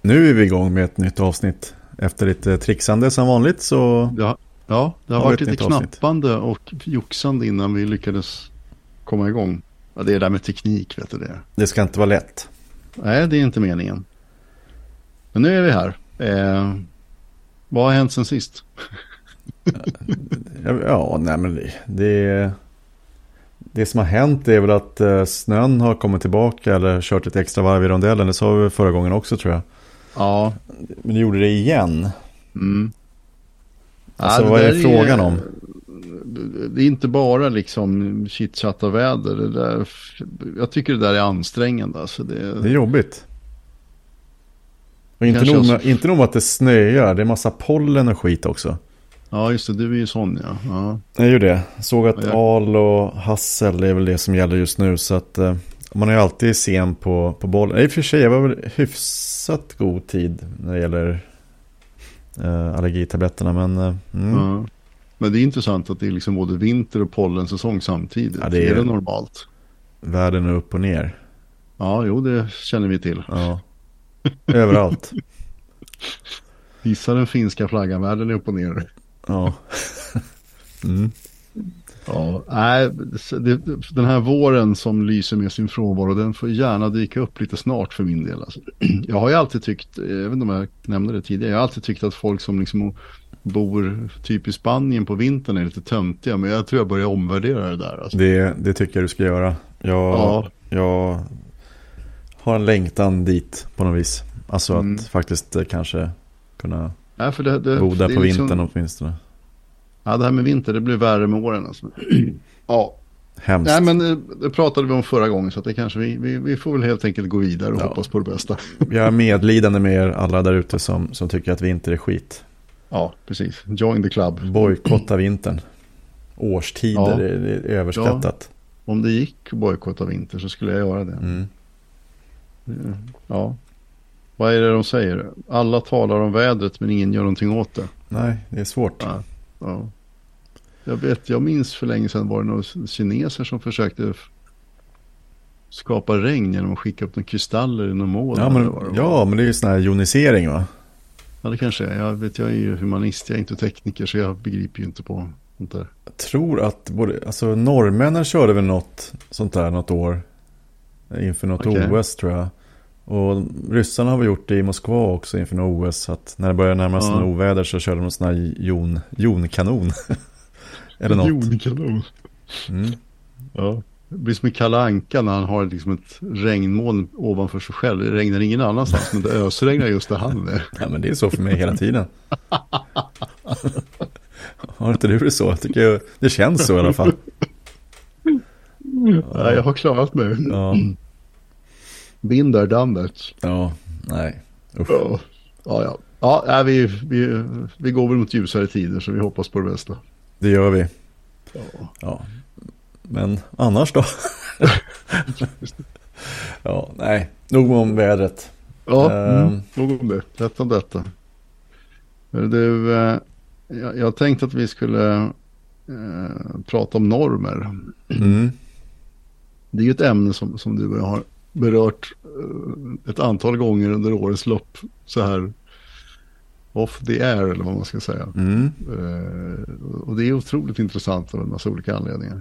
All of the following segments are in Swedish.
Nu är vi igång med ett nytt avsnitt. Efter lite trixande som vanligt så... Ja, det har varit lite knappande och joxande innan vi lyckades komma igång. Ja, det är där med teknik, vet du det. Det ska inte vara lätt. Nej, det är inte meningen. Men nu är vi här. Vad har hänt sen sist? Det som har hänt är väl att snön har kommit tillbaka eller kört ett extra varv i rondellen. Det sa vi förra gången också, tror jag. Ja. Men det gjorde det igen. Mm. Alltså, vad är det frågan om? Det är inte bara liksom chitchatta väder. Det där, jag tycker det där är ansträngande. Alltså det är jobbigt. Och inte nog med att det snöar. Det är massa pollen och skit också. Ja, just det. Du är ju sån, ja. Jag gör det. Såg att al och hassel är väl det som gäller just nu. Så att man är ju alltid sen på bollen. I och för sig, jag var väl hyfsat god tid när det gäller allergitabletterna. Men, men det är intressant att det är liksom både vinter och pollensäsong samtidigt. Ja, det är det normalt. Världen är upp och ner. Ja, jo, det känner vi till. Ja. Överallt. Gissa den finska flaggan, världen är upp och ner. Ja. Ja, nej, den här våren som lyser med sin frånvaro, den får gärna dyka upp lite snart för min del. Alltså. Jag har ju alltid tyckt, även om jag nämnde det tidigare, jag har alltid tyckt att folk som liksom bor typ i Spanien på vintern är lite töntiga, men jag tror jag börjar omvärdera det där. Alltså. Det tycker jag du ska göra. Jag har en längtan dit på något vis. Alltså att faktiskt kanske kunna bo där på vintern liksom, åtminstone. Ja, det här med vinter, det blir värre med åren. Alltså. Ja. Hemskt. Nej, men det pratade vi om förra gången, så att det kanske vi får väl helt enkelt gå vidare och hoppas på det bästa. Jag är medlidande med er alla där ute som tycker att vinter är skit. Ja, precis. Join the club. Bojkotta vintern. Årstider är överskattat. Ja, om det gick att bojkotta vinter så skulle jag göra det. Ja. Vad är det de säger? Alla talar om vädret men ingen gör någonting åt det. Nej, det är svårt. Ja. Jag minns för länge sedan var det några kineser som försökte skapa regn genom att skicka upp några kristaller i någon mål. Men det är ju sån här ionisering, va? Ja, det kanske är. Jag är ju humanist, jag är inte tekniker, så jag begriper ju inte på sånt där. Jag tror att norrmännen körde väl något sånt där något år inför något OS, tror jag. Och ryssarna har väl gjort det i Moskva också inför något OS. Att när det börjar närma sig oväder så kör de någon sån här jonkanon. Eller något. Jonkanon. Ja. Det blir som i Kalle Anka när han har liksom ett regnmoln ovanför sig själv. Det regnar ingen annanstans, men det ösregnar just där han är. Ja, men det är så för mig hela tiden. Har inte du det så? Jag tycker det känns så i alla fall. Ja, jag har klarat mig. Ja. Been there, done that. Ja, nej. Usch. Ja, vi går väl mot ljusare tider, så vi hoppas på det bästa. Det gör vi. Ja. Men annars då? Ja, nej. Nog om vädret. Ja, nog om det. Rätt om detta. Du, jag tänkte att vi skulle prata om normer. Det är ju ett ämne som du och jag har berört ett antal gånger under årets lopp, så här off the air, eller vad man ska säga. Och det är otroligt intressant av en massa olika anledningar.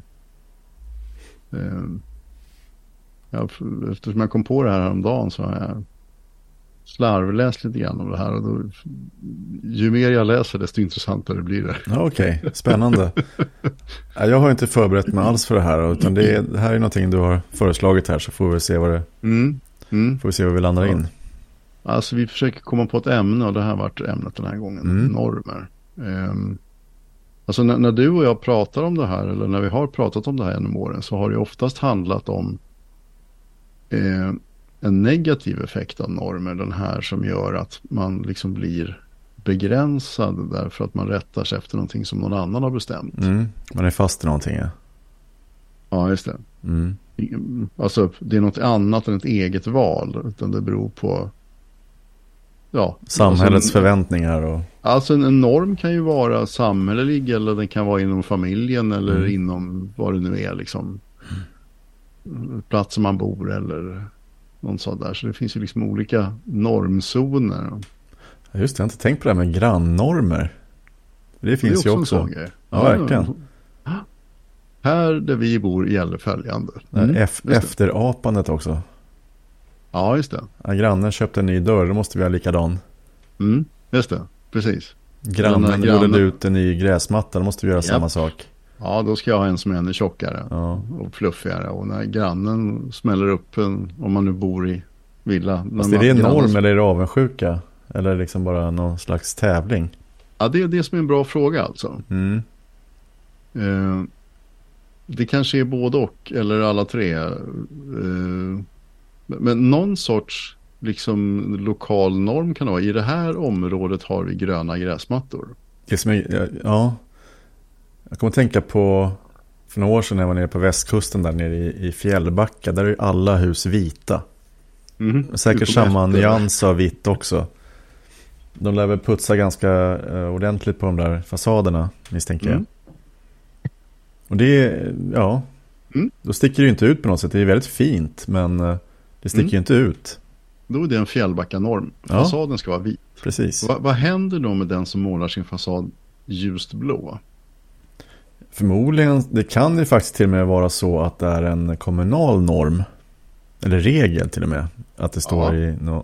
Eftersom jag kom på det här häromdagen så har jag slarvläst lite grann om det här, och då, ju mer jag läser desto intressantare blir det. Okej, spännande. Jag har inte förberett mig alls för det här, utan det här är någonting du har föreslagit här, så får vi se vad det får vi se vad vi landar in. Alltså vi försöker komma på ett ämne, och det här har varit ämnet den här gången, normer. Alltså när du och jag pratar om det här, eller när vi har pratat om det här genom åren, så har det oftast handlat om en negativ effekt av normer, den här som gör att man liksom blir begränsad därför att man rättar sig efter någonting som någon annan har bestämt. Man är fast i någonting, ja. Ja, just det. Alltså det är något annat än ett eget val, utan det beror på samhällets förväntningar. Alltså en norm kan ju vara samhällelig, eller den kan vara inom familjen, eller inom vad det nu är liksom. Platsen man bor, eller någon sa där. Så det finns ju liksom olika normzoner. Ja, just det, jag har inte tänkt på det här med grannnormer. Det finns ju också. En sån grej. Ja, verkligen. Här där vi bor gäller följande. Efterapandet också. Ja, just det. Ja, grannen köpte en ny dörr, då måste vi ha likadan. Just det, precis. Grannen gjorde ut en ny gräsmatta, då måste vi göra samma sak. Ja, då ska jag ha en som är ännu tjockare och fluffigare. Och när grannen smäller upp om man nu bor i villa. Fast är det en norm eller är det avundsjuka? Eller liksom bara någon slags tävling? Ja, det är det som är en bra fråga alltså. Det kanske är både och, eller alla tre. Men någon sorts liksom lokal norm kan det vara. I det här området har vi gröna gräsmattor. Det som ja. Jag kommer att tänka på för några år sedan när jag var nere på västkusten där nere i Fjällbacka. Där är ju alla hus vita. Säkert samma nyans av vitt också. De lär väl putsa ganska ordentligt på de där fasaderna, misstänker jag. Och det, då sticker det ju inte ut på något sätt. Det är väldigt fint, men det sticker ju inte ut. Då är det en Fjällbacka-norm. Fasaden ska vara vit. Precis. Vad händer då med den som målar sin fasad ljust blå? Förmodligen, det kan ju faktiskt till och med vara så att det är en kommunal norm. Eller regel till och med. Att det står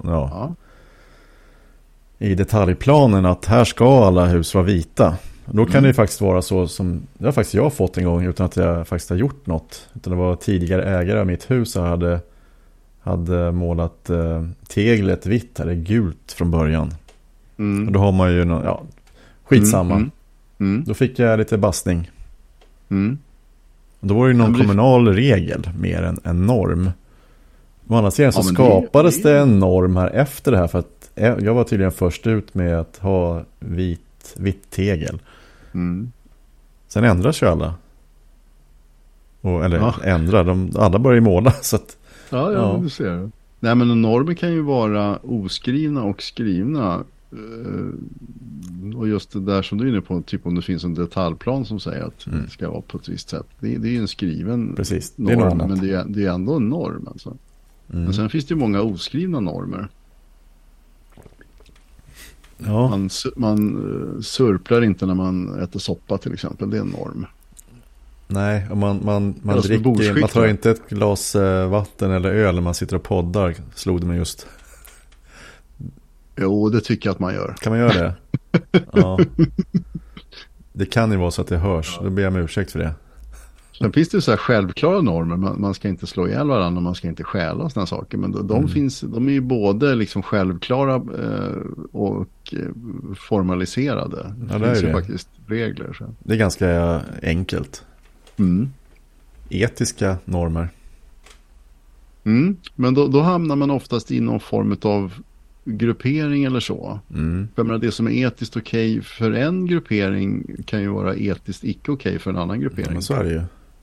i detaljplanen att här ska alla hus vara vita. Då kan det ju faktiskt vara så som det har faktiskt jag fått en gång utan att jag faktiskt har gjort något. Utan det var tidigare ägare av mitt hus som hade målat teglet vitt eller gult från början. Och då har man ju skitsamma. Då fick jag lite bastning. Då var det ju någon kommunal regel mer än en norm. Å andra sidan så skapades det en norm här efter det här för att jag var tydligen först ut med att ha vitt tegel. Sen ändras ju alla. Alla börjar ju måla så att, Ja, du ser. Nej, men normer kan ju vara oskrivna och skrivna. Och just det där som du är inne på, typ om det finns en detaljplan som säger att det ska vara på ett visst sätt. Det är ju en skriven norm, men det är ändå en norm alltså. Men sen finns det ju många oskrivna normer. Ja. Man surplar inte när man äter soppa till exempel, det är en norm. Nej, och man tar inte ett glas vatten eller öl när man sitter och poddar, slog det mig just. Jo, det tycker jag att man gör. Kan man göra det? Ja. Det kan ju vara så att det hörs, då ber jag om ursäkt för det. Sen finns det så här självklara normer, man ska inte slå ihjäl varandra, man ska inte stjäla och sådana saker. Men de är ju både liksom självklara och formaliserade. Det finns ju faktiskt regler. Så. Det är ganska enkelt. Etiska normer. Men då hamnar man oftast i någon form av gruppering eller så. För menar, det som är etiskt okej för en gruppering kan ju vara etiskt icke okej för en annan gruppering. Ja, men så är det ju.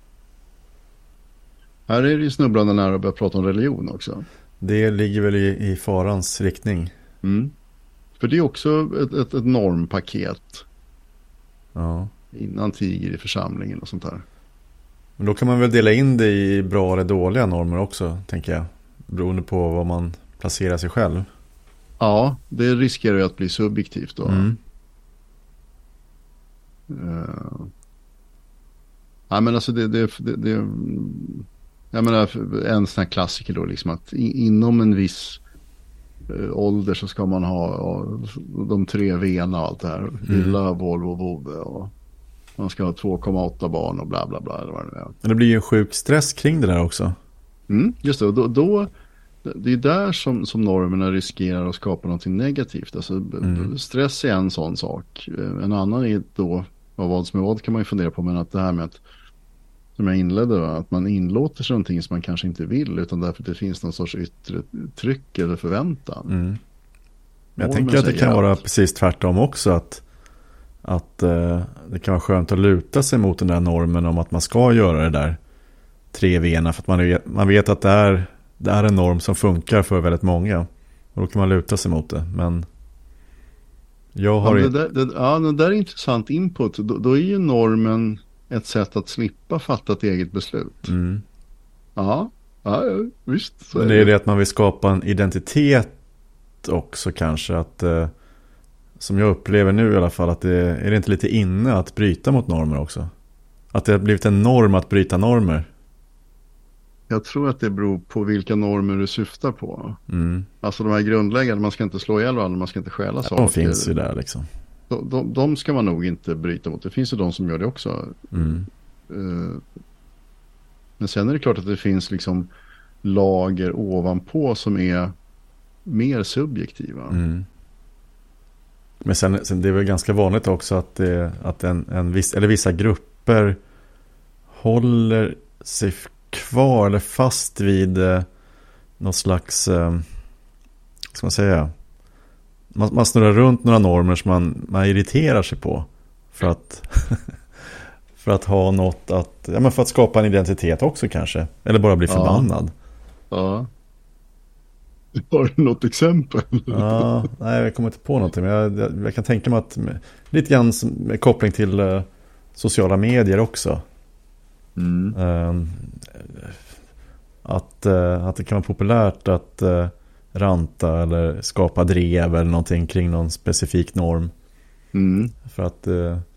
Här är det ju snubblande nära att börja prata om religion också. Det ligger väl i farans riktning. För det är också ett normpaket. Ja. Innan tiger i församlingen och sånt där. Men då kan man väl dela in det i bra eller dåliga normer också, tänker jag. Beroende på vad man placerar sig själv. Ja, det riskerar ju att bli subjektivt då. Ja, men alltså det jag menar, en sån här klassiker då liksom att inom en viss ålder så ska man ha de 3 V:na och allt det här. Villa, Volvo, Vove och man ska ha 2,8 barn och bla bla bla. Eller vad det är. Men det blir ju en sjuk stress kring det där också. Just det, då det är där som normerna riskerar att skapa någonting negativt. Alltså stress är en sån sak. En annan är då, vad som är vad kan man ju fundera på, men att det här med att som jag inledde då, att man inlåter sig någonting som man kanske inte vill utan därför att det finns någon sorts yttre tryck eller förväntan. Men jag tänker att det kan vara precis tvärtom också, att det kan vara skönt att luta sig mot den där normen om att man ska göra det där 3 V:na för att man vet att det är en norm som funkar för väldigt många och då kan man luta sig mot det, men jag har det där är intressant input. Då är ju normen ett sätt att slippa fatta ett eget beslut. Ja, Ja, visst. Men det är det att man vill skapa en identitet också kanske. Att, som jag upplever nu i alla fall, att är det inte lite inne att bryta mot normer också? Att det har blivit en norm att bryta normer? Jag tror att det beror på vilka normer du syftar på. Alltså de här grundläggande, man ska inte slå ihjäl varandra, man ska inte stjäla saker. De finns ju där liksom. De ska man nog inte bryta mot. Det finns ju de som gör det också. Men sen är det klart att det finns liksom lager ovanpå som är mer subjektiva. Men sen det är väl ganska vanligt också att vissa grupper håller sig kvar eller fast vid någon slags, ska man säga, man snurrar runt några normer som man irriterar sig på för att för att ha något att, ja, men för att skapa en identitet också kanske, eller bara bli förbannad. Ja. Har du något exempel? Ja, nej, jag kommer inte på någonting, men jag kan tänka mig att lite grann med koppling till sociala medier också. Att det kan vara populärt att ranta eller skapa drev eller någonting kring någon specifik norm. För att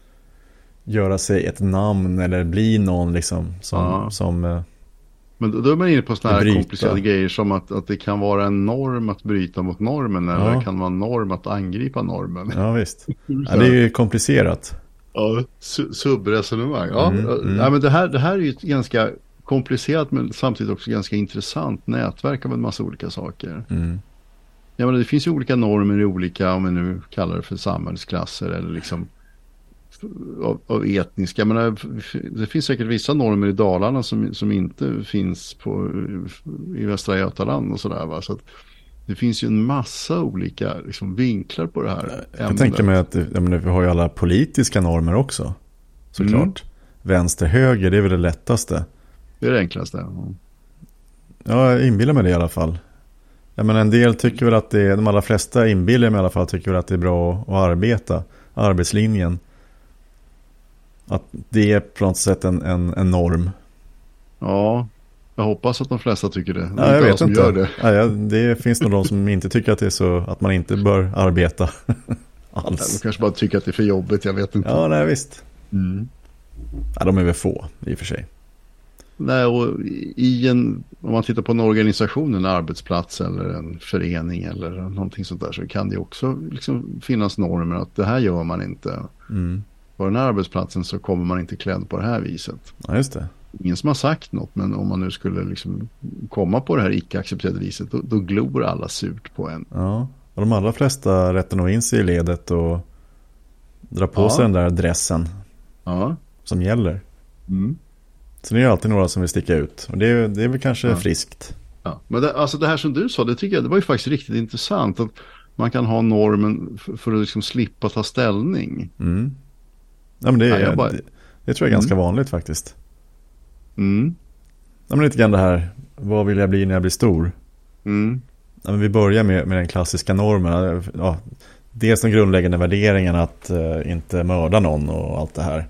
göra sig ett namn eller bli någon liksom som men då är man inne på sådana här komplicerade grejer som att det kan vara en norm att bryta mot normen eller det kan vara en norm att angripa normen. Ja, visst. Ja, det är ju komplicerat. Ja, subresonemang. Ja, men det här är ju ett ganska komplicerat men samtidigt också ganska intressant nätverk av en massa olika saker. Ja, men det finns ju olika normer i olika, om vi nu kallar det för samhällsklasser eller liksom av etniska. Men det finns säkert vissa normer i Dalarna som inte finns i Västra Götaland och sådär, va? Så att det finns ju en massa olika liksom vinklar på det här ämnet. Jag tänker mig att vi har ju alla politiska normer också. Såklart. Vänster, höger, det är väl det lättaste. Det är det enklaste. Ja, jag inbillar mig det i alla fall. Ja, men en del tycker väl att de allra flesta inbillar mig i alla fall tycker väl att det är bra att arbeta. Arbetslinjen. Att det är på något sätt en norm. Ja, jag hoppas att de flesta tycker det. Ja, jag vet inte. Gör det. Ja, det finns nog de som inte tycker att det är så, att man inte bör arbeta alls. De kanske bara tycker att det är för jobbigt, jag vet inte. Ja, nej, visst. Ja, de är väl få i och för sig. Nej, och om man tittar på en organisation, en arbetsplats eller en förening eller någonting sånt där, så kan det också liksom finnas normer att det här gör man inte. På den här arbetsplatsen så kommer man inte klädd på det här viset. Ja, just det. Ingen som har sagt något, men om man nu skulle liksom komma på det här icke-accepterade viset, då glor alla surt på en. Ja, och de allra flesta rättar nog in sig i ledet och drar på sig den där dressen som gäller. Så det är ju alltid några som vill sticka ut. Och det är väl kanske friskt. Ja. Men det här som du sa, det tycker jag, det var ju faktiskt riktigt intressant. Att man kan ha normen för att liksom slippa ta ställning. Ja, men det tror jag är ganska vanligt faktiskt. Ja, men lite grann det här, vad vill jag bli när jag blir stor? Ja, men vi börjar med den klassiska normen. Ja, dels den grundläggande värderingen att inte mörda någon och allt det här.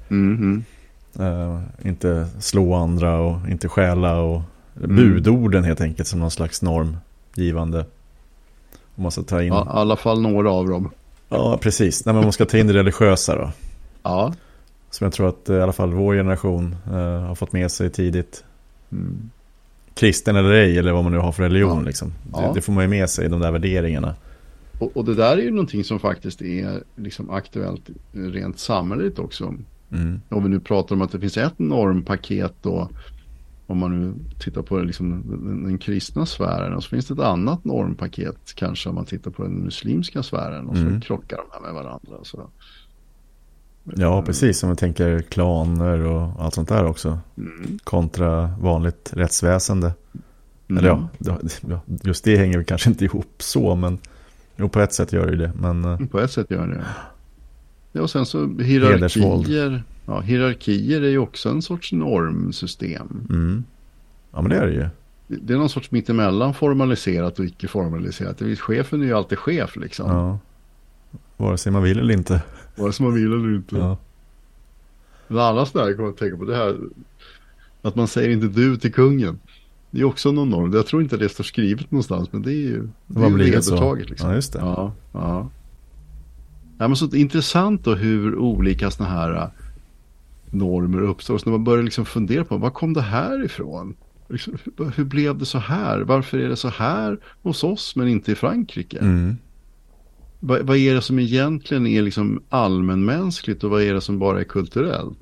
Inte slå andra och inte stjäla och budorden helt enkelt som någon slags normgivande. Man måste ta in... Ja, i alla fall några av dem. Ja, precis. När man ska ta in det religiösa då. Ja. Som jag tror att i alla fall vår generation har fått med sig tidigt. Kristen eller ej, eller vad man nu har för religion. Liksom. Det får man ju med sig, de där värderingarna. Och det där är ju någonting som faktiskt är liksom aktuellt rent samhälleligt också. Om vi nu pratar om att det finns ett normpaket då, om man nu tittar på liksom den kristna sfären, och så finns det ett annat normpaket kanske om man tittar på den muslimska sfären, och så krockar de här med varandra. Så. Ja, precis. Om vi tänker klaner och allt sånt där också. Kontra vanligt rättsväsende. Eller just det hänger vi kanske inte ihop så, men på ett sätt gör det det. Men, på ett sätt gör det. Ja, och sen så hierarkier. Ja, hierarkier är ju också en sorts normsystem. Ja, men det är det ju. Det är någon sorts mittemellan formaliserat och icke formaliserat. Chefen är ju alltid chef liksom. Ja. Vare sig man vill eller inte. Vare sig man vill eller inte. Ja. Men alla sådär kommer att tänka på det här. Att man säger inte du till kungen. Det är också någon norm. Jag tror inte det står skrivet någonstans, men det är ju vedertaget. Liksom. Ja, just det. Ja. Ja, men så intressant då hur olika såna här normer uppstår. Så när man börjar liksom fundera på, var kom det här ifrån? Liksom, hur blev det så här? Varför är det så här hos oss men inte i Frankrike? Mm. Vad är det som egentligen är liksom allmänmänskligt och vad är det som bara är kulturellt?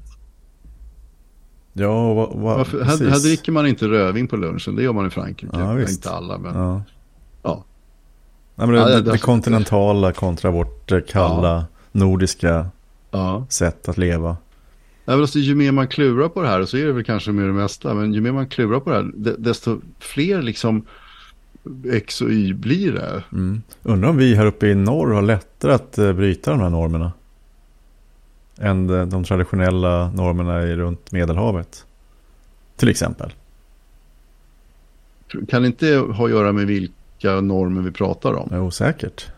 Ja, här dricker man inte rödvin på lunchen, det gör man i Frankrike. Ja, visst. Inte alla, men ja. Nej, men det kontinentala kontra vårt kalla nordiska sätt att leva. Alltså, ju mer man klurar på det här, och så är det väl kanske med det mesta, men ju mer man klurar på det här, desto fler liksom X och Y blir det. Mm. Undrar om vi här uppe i norr har lättare att bryta de här normerna än de traditionella normerna runt Medelhavet. Till exempel. Kan det inte ha att göra med vilka normer vi pratar om? Jo, säkert.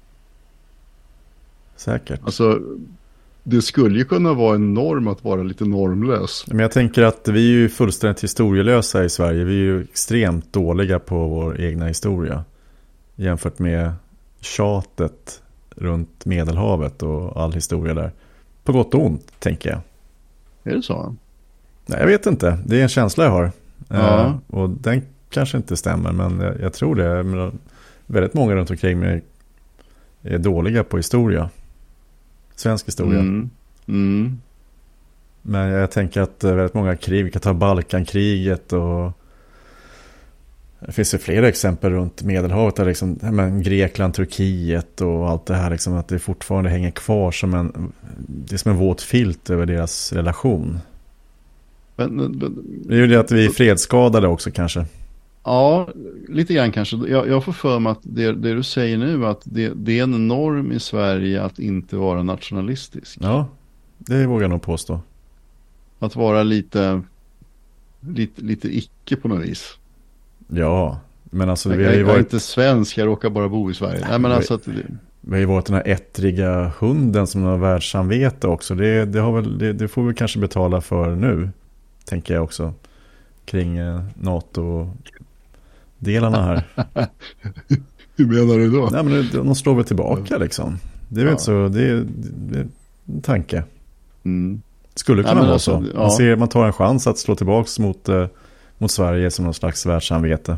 Alltså, det skulle ju kunna vara en norm att vara lite normlös. Men jag tänker att vi är ju fullständigt historielösa i Sverige. Vi är ju extremt dåliga på vår egna historia. Jämfört med tjatet runt Medelhavet och all historia där. På gott och ont, tänker jag. Är det så? Nej, jag vet inte. Det är en känsla jag har. Ja. Och den kanske inte stämmer, men jag tror det. Men väldigt många runt omkring mig är dåliga på historia. Svensk historia. Mm. Men jag tänker att väldigt många krig, vi kan ta Balkankriget och det finns ju flera exempel runt Medelhavet där liksom, Grekland, Turkiet och allt det här liksom, att det fortfarande hänger kvar som det är som en våt filt över deras relation. Men, det är ju det att vi är fredsskadade också kanske. Ja, lite grann kanske. Jag får för mig att det du säger nu, att det är en norm i Sverige att inte vara nationalistisk. Ja, det vågar jag nog påstå. Att vara lite icke på något vis. Ja, men alltså jag är inte svensk, jag råkar bara bo i Sverige. Nej, men alltså att vi har ju varit den här ettriga hunden som har världssamvete också. Det får vi kanske betala för nu, tänker jag också. Kring NATO-delarna här. Hur menar du då? Nej, men de slår väl tillbaka liksom. Det är väl så, det är en tanke. Mm. Skulle kunna vara så. Man tar en chans att slå tillbaka mot Sverige som någon slags världssamvete.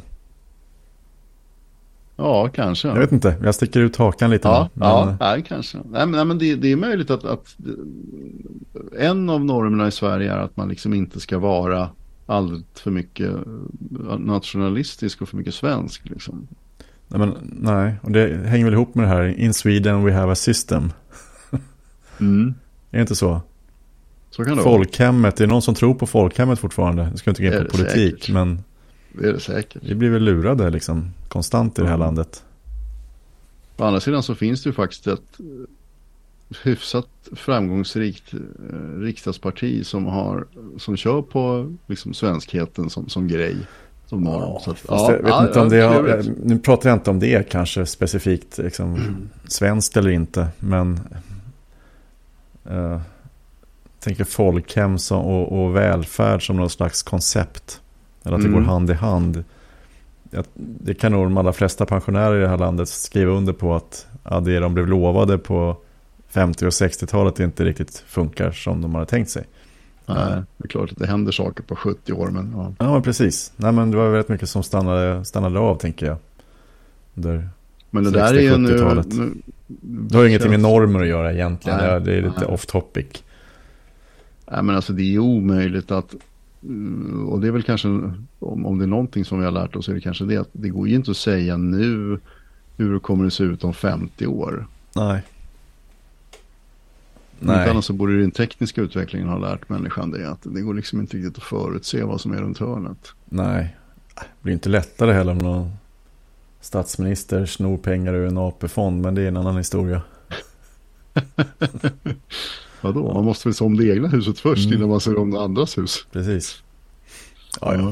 Ja, kanske. Jag vet inte, jag sticker ut hakan lite. Ja, kanske. Nej, men det är möjligt att en av normerna i Sverige är att man liksom inte ska vara allt för mycket nationalistisk och för mycket svensk liksom. Nej, och det hänger väl ihop med det här In Sweden we have a system. Mm. Är det inte så? Så kan det folkhemmet, är det någon som tror på folkhemmet fortfarande? Jag ska inte gå in på politik, säkert. Men det är det säkert. Vi blir väl lurade liksom konstant i det här landet. På andra sidan så finns det ju faktiskt ett hyfsat framgångsrikt riksdagsparti som kör på liksom svenskheten som grej, som norm. Ja, så att, jag vet inte om det nu pratar jag inte om det kanske specifikt liksom, svenskt eller inte, men tänker folkhem och välfärd som någon slags koncept, eller att det går hand i hand. Det kan nog de allra flesta pensionärer i det här landet skriva under på att det de blev lovade på 50- och 60-talet inte riktigt funkar som de hade tänkt sig. Nej, det är klart att det händer saker på 70 år. Men, ja, men precis. Nej, men det var väldigt mycket som stannade av, tänker jag. Men det där är ju nu... Det har ju ingenting med normer att göra egentligen. Nej, det är lite off topic. Nej, men alltså det är ju omöjligt att... Och det är väl kanske... Om det är någonting som vi har lärt oss, så är det kanske det att det går ju inte att säga nu hur kommer det se ut om 50 år. Nej. Inte annars så borde den tekniska utvecklingen ha lärt människan det. Att det går liksom inte riktigt att förutse vad som är runt hörnet. Nej. Det blir inte lättare heller om någon statsminister snor pengar ur en AP-fond. Men det är en annan historia. Vadå? Man måste väl se om det egna huset först innan man ser om det andras hus. Precis. Ja.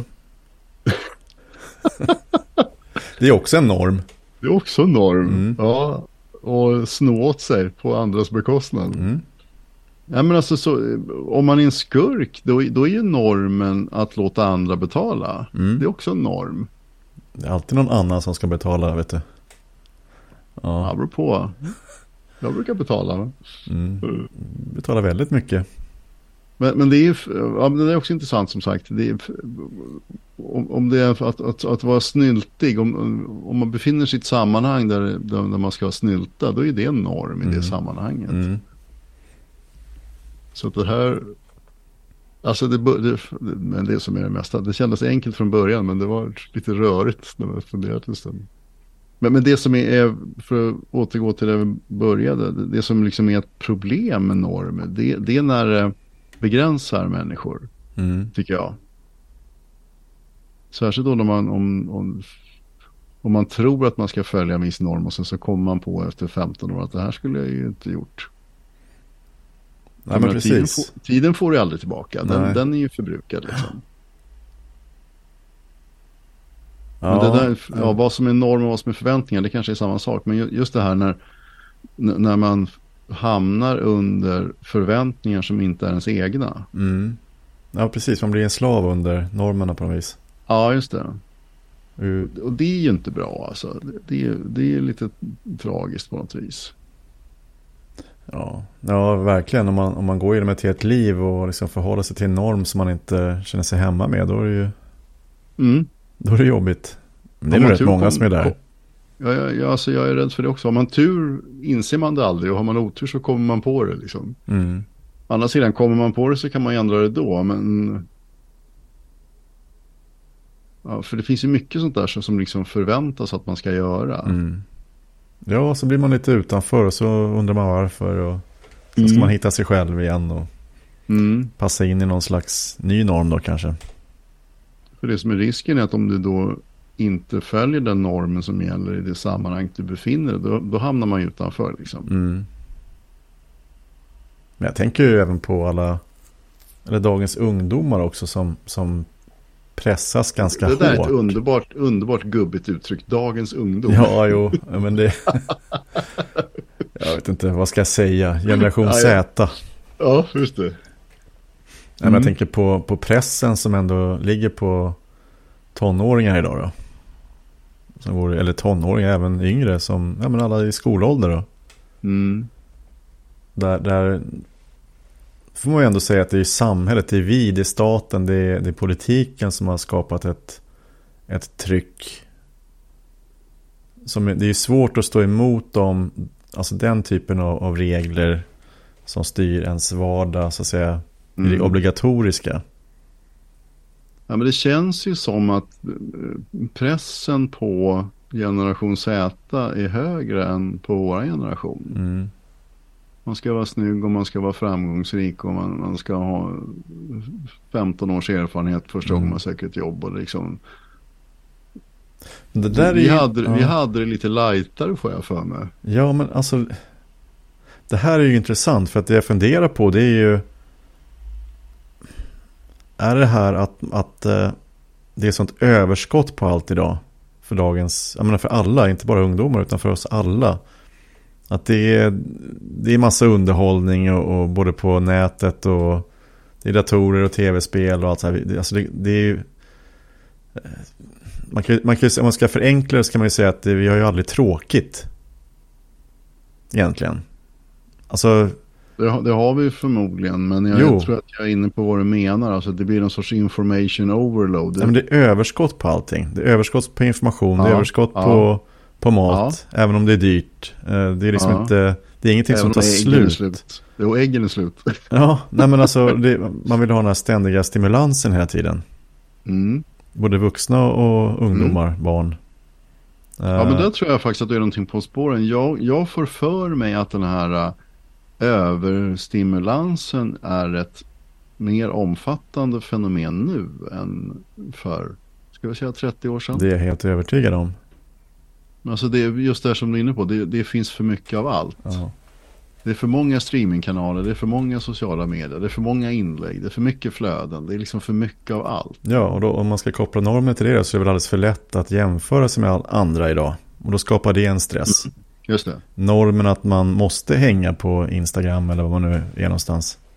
Det är också en norm. Det är också en norm. Ja. Och snå åt sig på andras bekostnad. Ja, men alltså om man är en skurk, då är ju normen att låta andra betala. Det är också en norm. Det är alltid någon annan som ska betala, vet du. Ja, det beror på. Jag brukar betala. Betalar väldigt mycket. Men det är också intressant som sagt. Om det är att vara snyltig. Om man befinner sig i ett sammanhang där man ska vara snylta, då är det en norm i det sammanhanget. Så att det här... Alltså men det som är det mesta. Det kändes enkelt från början, men det var lite rörigt när man funderade en stund. Men det som är, för att återgå till det vi började, det som liksom är ett problem med normer, det är när det begränsar människor, tycker jag. Särskilt då när om man tror att man ska följa en viss norm och sen så kommer man på efter 15 år att det här skulle jag ju inte gjort. Nej, men precis. Tiden får du aldrig tillbaka. Den är ju förbrukad liksom. Men det där, vad som är norm och vad som är förväntningar, det kanske är samma sak. Men just det här när man hamnar under förväntningar som inte är ens egna. Ja, precis. Man blir en slav under normerna på något vis. Ja, just det. Och det är ju inte bra alltså. Det är lite tragiskt på något vis. Ja, verkligen. Om man går igenom ett helt liv och liksom förhåller sig till en norm som man inte känner sig hemma med, då är det ju då är det jobbigt. Det är nog rätt många som är där. Alltså jag är rädd för det också. Har man tur inser man det aldrig, och har man otur så kommer man på det liksom. Andra sidan, kommer man på det så kan man ändra det då, men för det finns ju mycket sånt där som liksom förväntas att man ska göra. Ja, så blir man lite utanför och så undrar man varför, och så ska man hitta sig själv igen och passa in i någon slags ny norm då kanske. För det som är risken är att om du då inte följer den normen som gäller i det sammanhang du befinner dig, då hamnar man utanför liksom. Men jag tänker ju även på eller dagens ungdomar också som pressas ganska hårt. Det där är ett underbart gubbigt uttryck, dagens ungdom. Ja, men det... jag vet inte, vad ska jag säga? Generation Z. Ja, just det. Men jag tänker på pressen som ändå ligger på tonåringar idag då. Eller tonåringar, även yngre, som men alla i skolålder då. Där får man ju ändå säga att det är samhället, det är det är staten, det är politiken som har skapat ett tryck. Det är svårt att stå emot dem, alltså den typen av regler som styr ens vardag, så att säga, det obligatoriska. Ja, men det känns ju som att pressen på generation Z är högre än på vår generation. Man ska vara snygg och man ska vara framgångsrik och man ska ha 15 års erfarenhet första gången man söker ett jobb. Och liksom. Det där vi hade det lite lightare, får jag för mig. Ja, men alltså det här är ju intressant, för att det jag funderar på, det är ju, är det här att det är sånt överskott på allt idag för dagens, jag menar för alla, inte bara ungdomar utan för oss alla. Att det är massa underhållning och både på nätet och det är datorer och tv-spel och allt så här. Alltså det är ju, man kan, om man ska förenkla det så kan man ju säga att vi har ju aldrig tråkigt egentligen. Alltså det har vi förmodligen, men jag tror att jag är inne på vad du menar. Alltså det blir en sorts information overload. Ja, men det är överskott på allting. Det är överskott på information, det är överskott på mat, även om det är dyrt. Det är liksom inte, det är ingenting som tar slut. Jo, äggen är slut. Ja, nej men alltså man vill ha den här ständiga stimulansen hela tiden. Både vuxna och ungdomar, barn. Ja, men där tror jag faktiskt att det är någonting på spåren. Jag får för mig att den här överstimulansen är ett mer omfattande fenomen nu än för, ska vi säga, 30 år sedan. Det är jag helt övertygad om. Alltså det är just det som du är inne på. Det finns för mycket av allt. Det är för många streamingkanaler, det är för många sociala medier, det är för många inlägg, det är för mycket flöden, det är liksom för mycket av allt. Ja, och då, om man ska koppla normer till det så är det väl alldeles för lätt att jämföra sig med andra idag. Och då skapar det en stress. Just det. Normen att man måste hänga på Instagram eller vad man nu är någonstans.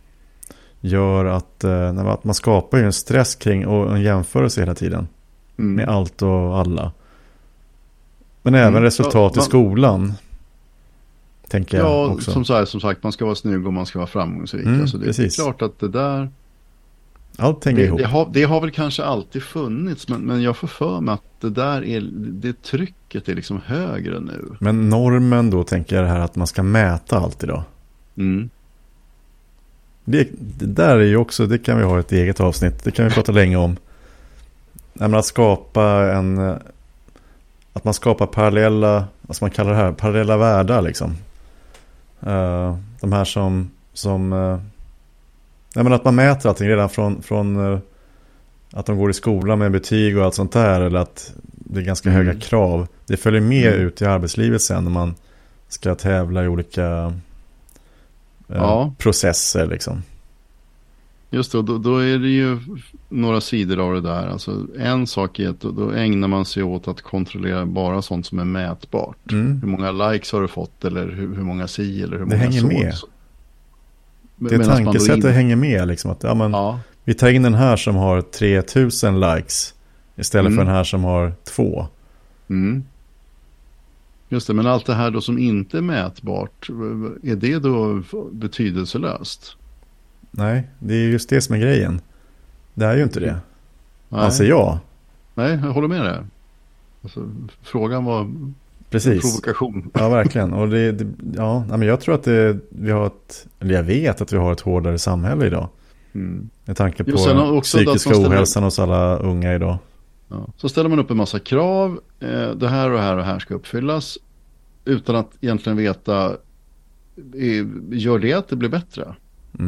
gör att man skapar ju en stress kring och en jämförelse hela tiden med allt och alla. Men även resultat i skolan, tänker jag också. Som sagt, man ska vara snygg och man ska vara framgångsrik. Alltså det är klart att det där... Allt hänger ihop. Det har väl kanske alltid funnits, men jag får för mig att det trycket är liksom högre nu. Men normen då, tänker jag det här att man ska mäta allt idag. Det där är ju också, det kan vi ha ett eget avsnitt, det kan vi prata länge om. Att skapa att man skapar parallella, vad ska man kalla det här, parallella världar liksom. De här som att man mäter allting redan från att de går i skolan med betyg och allt sånt där, eller att det är ganska höga krav. Det följer med ut i arbetslivet sen när man ska tävla i olika processer liksom. Just det, då är det ju några sidor av det där. Alltså en sak är att då ägnar man sig åt att kontrollera bara sånt som är mätbart. Hur många likes har du fått, eller hur många si, eller hur många det hänger med. Det tankesättet hänger med liksom, att vi tar in den här som har 3000 likes istället för den här som har 2. Just det, men allt det här då som inte är mätbart, är det då betydelselöst? Nej, det är just det som är grejen. Det är ju inte det. Anser jag. Nej, jag håller med dig. Alltså, frågan var precis. Provokation. Ja, verkligen. Och men jag tror att jag vet att vi har ett hårdare samhälle idag. Med tanke på psykiska ohälsan hos alla unga idag. Ja. Så ställer man upp en massa krav. Det här och här och här ska uppfyllas. Utan att egentligen veta, gör det att det blir bättre?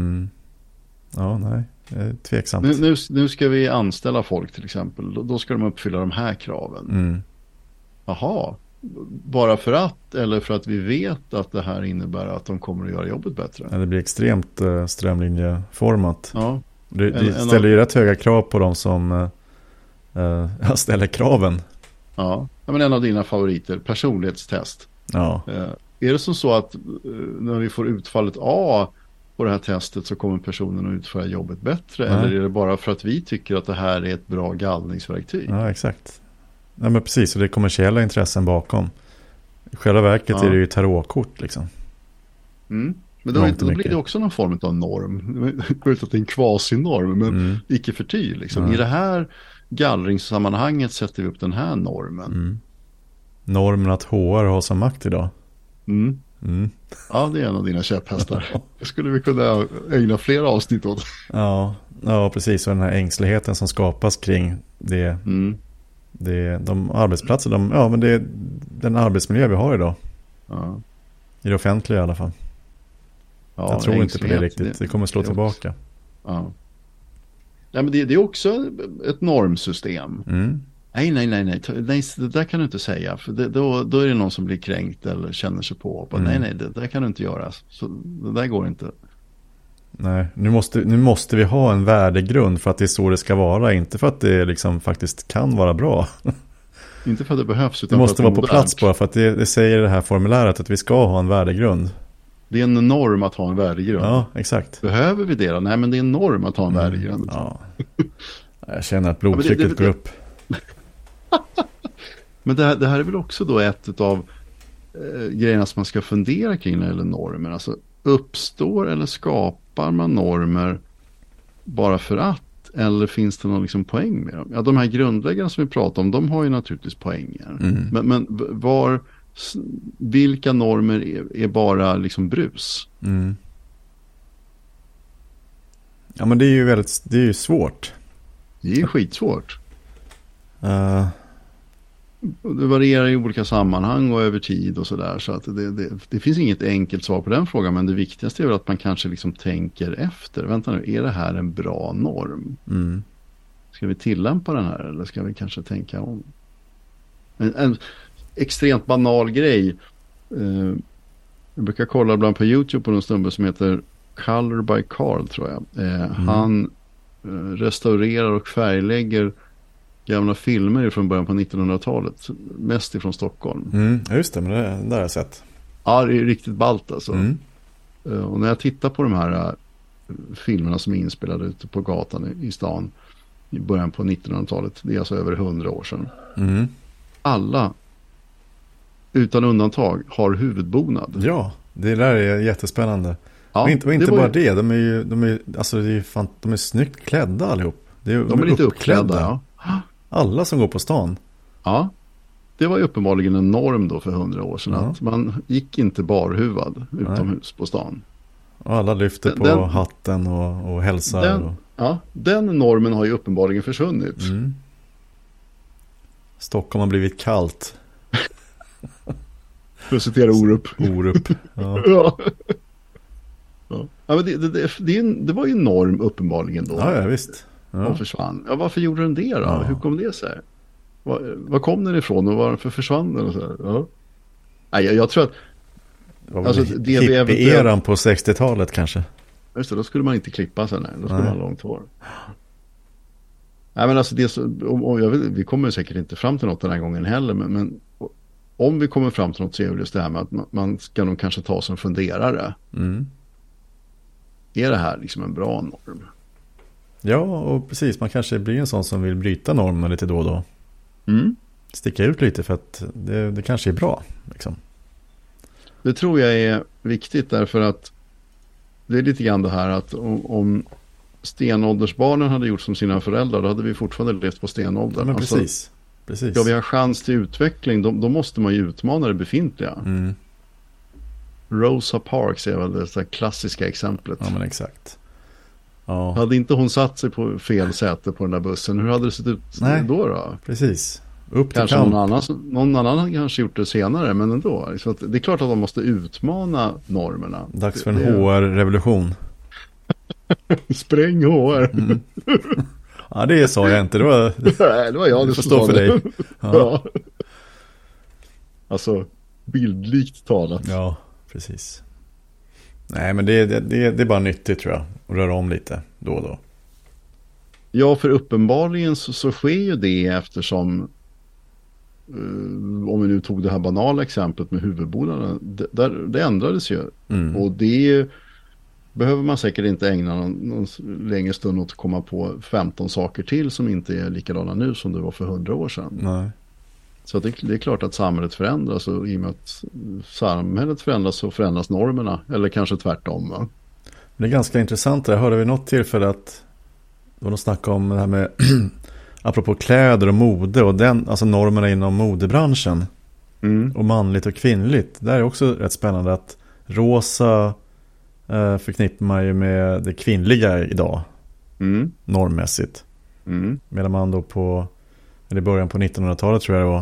Ja, nej. Tveksamt. Nu ska vi anställa folk till exempel. Då ska de uppfylla de här kraven. Jaha. Bara för att, eller för att vi vet att det här innebär att de kommer att göra jobbet bättre? Ja, det blir extremt strömlinjeformat. Ja. Det ställer ju rätt höga krav på dem som ställer kraven. Ja, men en av dina favoriter, personlighetstest. Ja. Är det som så att när vi får utfallet A på det här testet så kommer personen att utföra jobbet bättre? Eller är det bara för att vi tycker att det här är ett bra gallningsverktyg? Ja, exakt. Ja, men precis, och det är kommersiella intressen bakom. I själva verket är det ju tarotkort liksom. Men då blir det också någon form av norm. Det är en kvasinorm, men icke förty liksom. I det här gallringssammanhanget sätter vi upp den här normen. Normen att HR har som makt idag. Ja, det är en av dina käpphästar. Det skulle vi kunna ägna fler avsnitt åt. Ja, precis. Och den här ängsligheten som skapas kring det. De arbetsplatser, men det är den arbetsmiljö vi har idag. Ja. I det offentliga i alla fall. Ja, jag tror inte på det riktigt. Det kommer slå tillbaka. Ja, men det är också ett normsystem. Nej, det där kan du inte säga. För då är det någon som blir kränkt eller känner sig på. Nej, det där kan du inte göra. Så det där går inte. Nej, nu måste vi ha en värdegrund för att det är så det ska vara. Inte för att det liksom faktiskt kan vara bra. Inte för att det behövs. Utan det måste vara på plats bara för att det säger det här formuläret att vi ska ha en värdegrund. Det är en norm att ha en värdegrund. Ja, exakt. Behöver vi det då? Nej, men det är en norm att ha en värdegrund. Ja. Jag känner att blodtrycket går upp. Men det här är väl också då ett av grejerna som man ska fundera kring när det gäller normer. Alltså, uppstår eller skapar man normer bara för att? Eller finns det någon liksom poäng med dem? Ja, de här grundläggande som vi pratar om, de har ju naturligtvis poänger. Men vilka normer är bara liksom brus? Ja, men det är ju svårt. Det är ju skitsvårt. Det varierar i olika sammanhang och över tid och sådär. Så att det finns inget enkelt svar på den frågan. Men det viktigaste är väl att man kanske liksom tänker efter. Vänta nu, är det här en bra norm? Ska vi tillämpa den här eller ska vi kanske tänka om? En extremt banal grej. Jag brukar kolla ibland på YouTube på någon snubbe som heter Color by Carl, tror jag. Han restaurerar och färglägger gamla filmer från början på 1900-talet. Mest ifrån Stockholm. Just det, men det där har jag sett. Ja, det är riktigt ballt alltså. Och när jag tittar på de här filmerna som är inspelade ute på gatan i stan i början på 1900-talet. Det är alltså över 100 år sedan. Mm. Alla utan undantag har huvudbonad. Ja, det där är jättespännande. Ja, och inte bara det. De är snyggt klädda allihop. De är lite uppklädda. Ja. Alla som går på stan. Ja, det var ju uppenbarligen en norm då för 100 år sedan. Att man gick inte barhuvad utomhus på stan. Och alla lyfter på hatten och hälsar. Ja, den normen har ju uppenbarligen försvunnit. Mm. Stockholm har blivit kallt. För att citera Orup. Orup, ja. Ja. Ja, men det var ju en norm uppenbarligen då. Ja, visst. Ja. Och försvann. Ja, varför gjorde den det då? Ja. Hur kom det sig? Var kom den ifrån och varför försvann den? Och så här? Ja. Nej, jag tror att alltså, hippie-eran på 60-talet kanske. Just det, då skulle man inte klippa sig. Nej. Då skulle man ha långt hår. Nej, men alltså vi kommer säkert inte fram till något den här gången heller. Men om vi kommer fram till något så är det just det här med att man ska nog kanske ta sig en funderare. Mm. Är det här liksom en bra norm? Ja, och precis. Man kanske blir en sån som vill bryta normen lite då och då. Mm. Sticka ut lite för att det kanske är bra. Liksom. Det tror jag är viktigt därför att det är lite grann det här att om stenåldersbarnen hade gjort som sina föräldrar, då hade vi fortfarande levt på stenåldern. Ja, men precis. Ska vi ha chans till utveckling, då måste man ju utmana det befintliga. Mm. Rosa Parks är väl det så klassiska exemplet. Ja, men exakt. Ja. Hade inte hon satt sig på fel säte på den där bussen, hur hade det sett ut då? Precis. Upp till kanske någon annan hade kanske gjort det senare, men ändå. Så att det är klart att de måste utmana normerna. Dags för en HR-revolution. Spräng HR. Mm. Ja, det sa jag inte. Det var jag. Det får stå för dig. Ja. Alltså, bildligt talat. Ja, precis. Nej, men det är bara nyttigt tror jag. Att röra om lite då och då. Ja, för uppenbarligen så sker ju det eftersom om vi nu tog det här banala exemplet med huvudbonaden, det ändrades ju. Mm. Och det behöver man säkert inte ägna någon längre stund åt att komma på 15 saker till som inte är likadana nu som det var för 100 år sedan. Nej. Så det är klart att samhället förändras, och i och med att samhället förändras så förändras normerna, eller kanske tvärtom. Va? Det är ganska intressant. Jag hörde vid något tillfälle att de snackade om det här med apropå kläder och mode och alltså normerna inom modebranschen. Mm. Och manligt och kvinnligt. Det är också rätt spännande att rosa förknippar man ju med det kvinnliga idag. Mm. Normmässigt. Mm. Medan man då i början på 1900-talet tror jag då,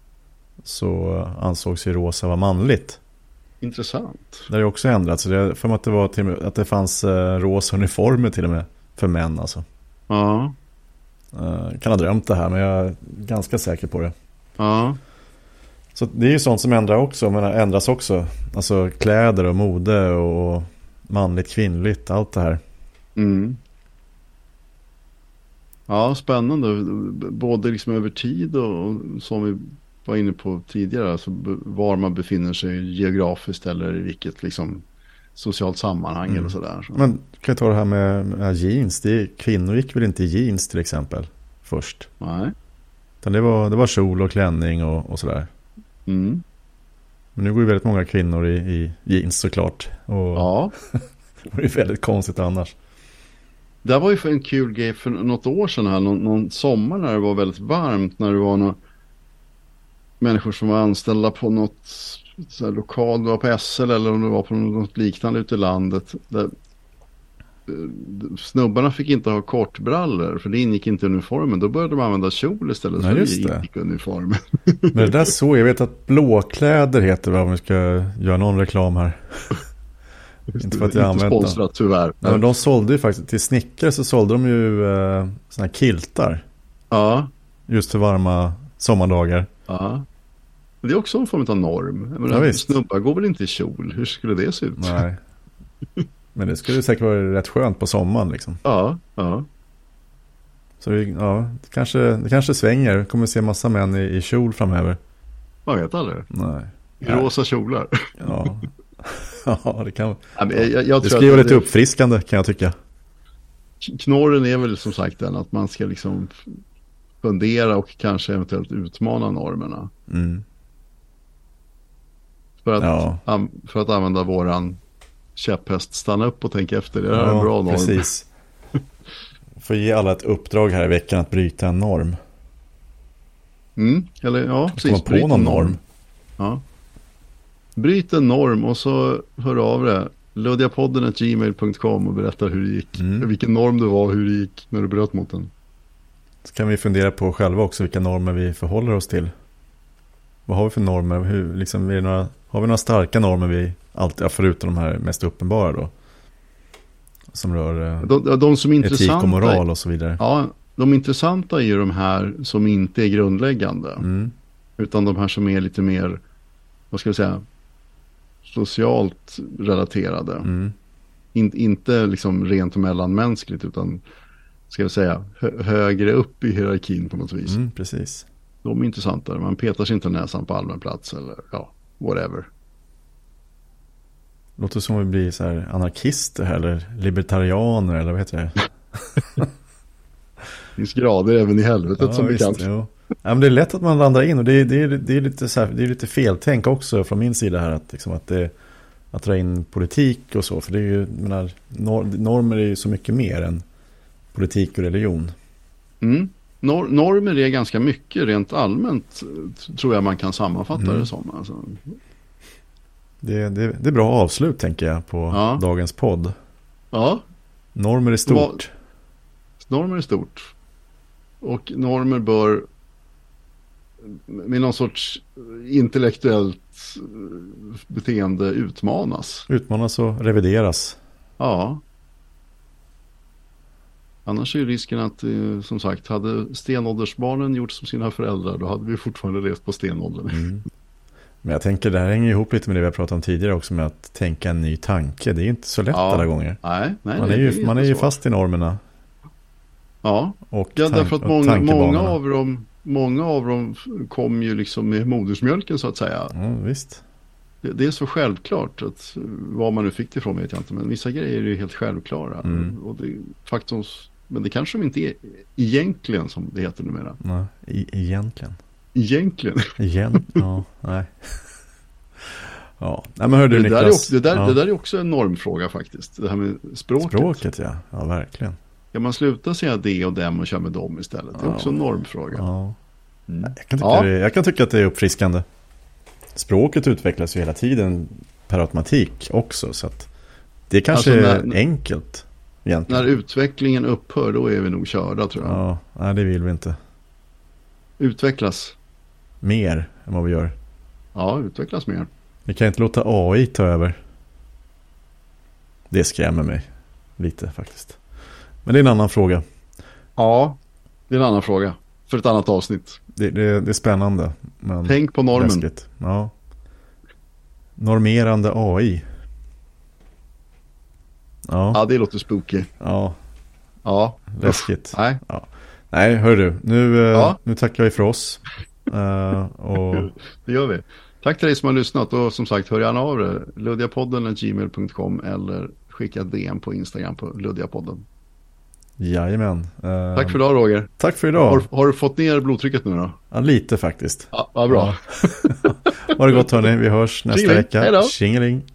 så ansågs ju rosa vara manligt. Intressant. Det har ju också ändrats. För att det var att det fanns rosa uniformer till och med för män alltså. Ja. Kan ha drömt det här, men jag är ganska säker på det. Ja. Så det är ju sånt som ändras också. Alltså kläder och mode och manligt, kvinnligt, allt det här. Mm. Ja, spännande. Både liksom över tid och som vi var inne på tidigare, alltså var man befinner sig geografiskt eller i vilket liksom socialt sammanhang eller sådär. Så. Men kan jag ta det här med jeans? Kvinnor gick väl inte i jeans till exempel först? Nej. Utan det var kjol och klänning och sådär. Mm. Men nu går ju väldigt många kvinnor i jeans såklart. Och ja. Det var ju väldigt konstigt annars. Det var ju för en kul grej för något år sedan här, någon sommar när det var väldigt varmt, när det var några människor som var anställda på något så här lokal, det var på SL eller om det var på något liknande ute i landet, där snubbarna fick inte ha kortbrallor för det ingick inte i uniformen. Då började de använda kjol istället för det ingick i uniformen. Men det där så, jag vet att blåkläder heter det, om vi ska göra någon reklam här. Inte för att jag använder sponsrat tyvärr. Ja, men de sålde ju faktiskt till snickare, så sålde de ju såna här kiltar. Ja. Just för varma sommardagar. Ja. Det är också en form av norm. Ja, snubbar går väl inte i kjol? Hur skulle det se ut? Nej. Men det skulle säkert vara rätt skönt på sommaren liksom. Ja, ja. Så ja, det kanske svänger. Kommer se massa män i kjol framöver. Jag vet aldrig. Nej. I rosa kjolar. Ja. Ja, det kan. Jag det ska ju vara lite uppfriskande, kan jag tycka. Knorren är väl som sagt den att man ska liksom fundera och kanske eventuellt utmana normerna. Mm. För att använda våran käpphäst, stanna upp och tänka efter. Det här är en bra norm. Precis. Får ge alla ett uppdrag här i veckan att bryta en norm. Precis. Komma på någon norm. Ja. Bryt en norm och så hör av det. luddiapodden@gmail.com och berätta hur det gick. Vilken norm det var, hur det gick när du bröt mot den. Så kan vi fundera på själva också vilka normer vi förhåller oss till. Vad har vi för normer? Har vi några starka normer vi alltid, förutom de här mest uppenbara då? Som rör de som är etik och moral och så vidare. Ja, de intressanta är ju de här som inte är grundläggande. Utan de här som är lite mer, vad ska jag säga, socialt relaterade. Inte liksom rent mellanmänskligt, utan ska jag säga högre upp i hierarkin på något vis. Precis. De är intressanta. Man petar sig inte näsan på allmän plats eller whatever. Låter som vi blir så här anarkister eller libertarianer eller vad heter det? Det finns grader även i helvetet som bekant. Ja, men det är lätt att man landar in och det är lite så här, det är lite feltänk också från min sida här att liksom att dra in politik och så, för det är ju, normer är ju så mycket mer än politik och religion. Normer är ganska mycket rent allmänt, tror jag man kan sammanfatta det som. Alltså. Det är bra avslut, tänker jag, på dagens podd. Ja. Normer är stort. Normer är stort. Och normer bör med någon sorts intellektuellt beteende utmanas. Utmanas och revideras. Ja. Annars är risken att, som sagt, hade stenåldersbarnen gjort som sina föräldrar, då hade vi fortfarande levt på stenåldern. Men jag tänker, det här hänger ihop lite med det vi har pratat om tidigare också, med att tänka en ny tanke. Det är inte så lätt alla gånger. Nej, man är ju fast i normerna. Ja, därför att många av dem kom ju liksom med modersmjölken, så att säga. Ja, visst. Det är så självklart att vad man nu fick det ifrån vet jag inte, men vissa grejer är ju helt självklara. Och det faktiskt, men det kanske de inte är egentligen, som det heter numera. Nej, egentligen. Ja, nej. Ja, men hörde du, Niklas. Det där är också en normfråga faktiskt. Det här med språket. Språket, ja, verkligen. Kan man sluta säga det och dem och köra med dem istället? Det är också en normfråga. Ja. Jag kan tycka att det är uppfriskande. Språket utvecklas ju hela tiden per automatik också, så att det är kanske enkelt egentligen. När utvecklingen upphör, då är vi nog körda, tror jag. Ja, nej, det vill vi inte. Utvecklas mer än vad vi gör. Ja, utvecklas mer. Vi kan inte låta AI ta över. Det skrämmer mig lite faktiskt. Men det är en annan fråga. Ja, det är en annan fråga. För ett annat avsnitt. Det är spännande. Men tänk på normen. Läskigt. Ja. Normerande AI. Ja, det låter spooky. Ja. Läskigt. Nej. Ja. Nej, hör du. Nu tackar vi för oss. Och... Det gör vi. Tack till dig som har lyssnat. Och som sagt, hör gärna av dig. luddiapodden@gmail.com eller skicka ett DM på Instagram på luddiapodden. Jajamän. Tack för idag, Roger. Tack för idag. Har du fått ner blodtrycket nu då? Ja, lite faktiskt. Ja, vad bra. Ha det gott, hörni. Vi hörs nästa vecka. Hej då. Tjingeling.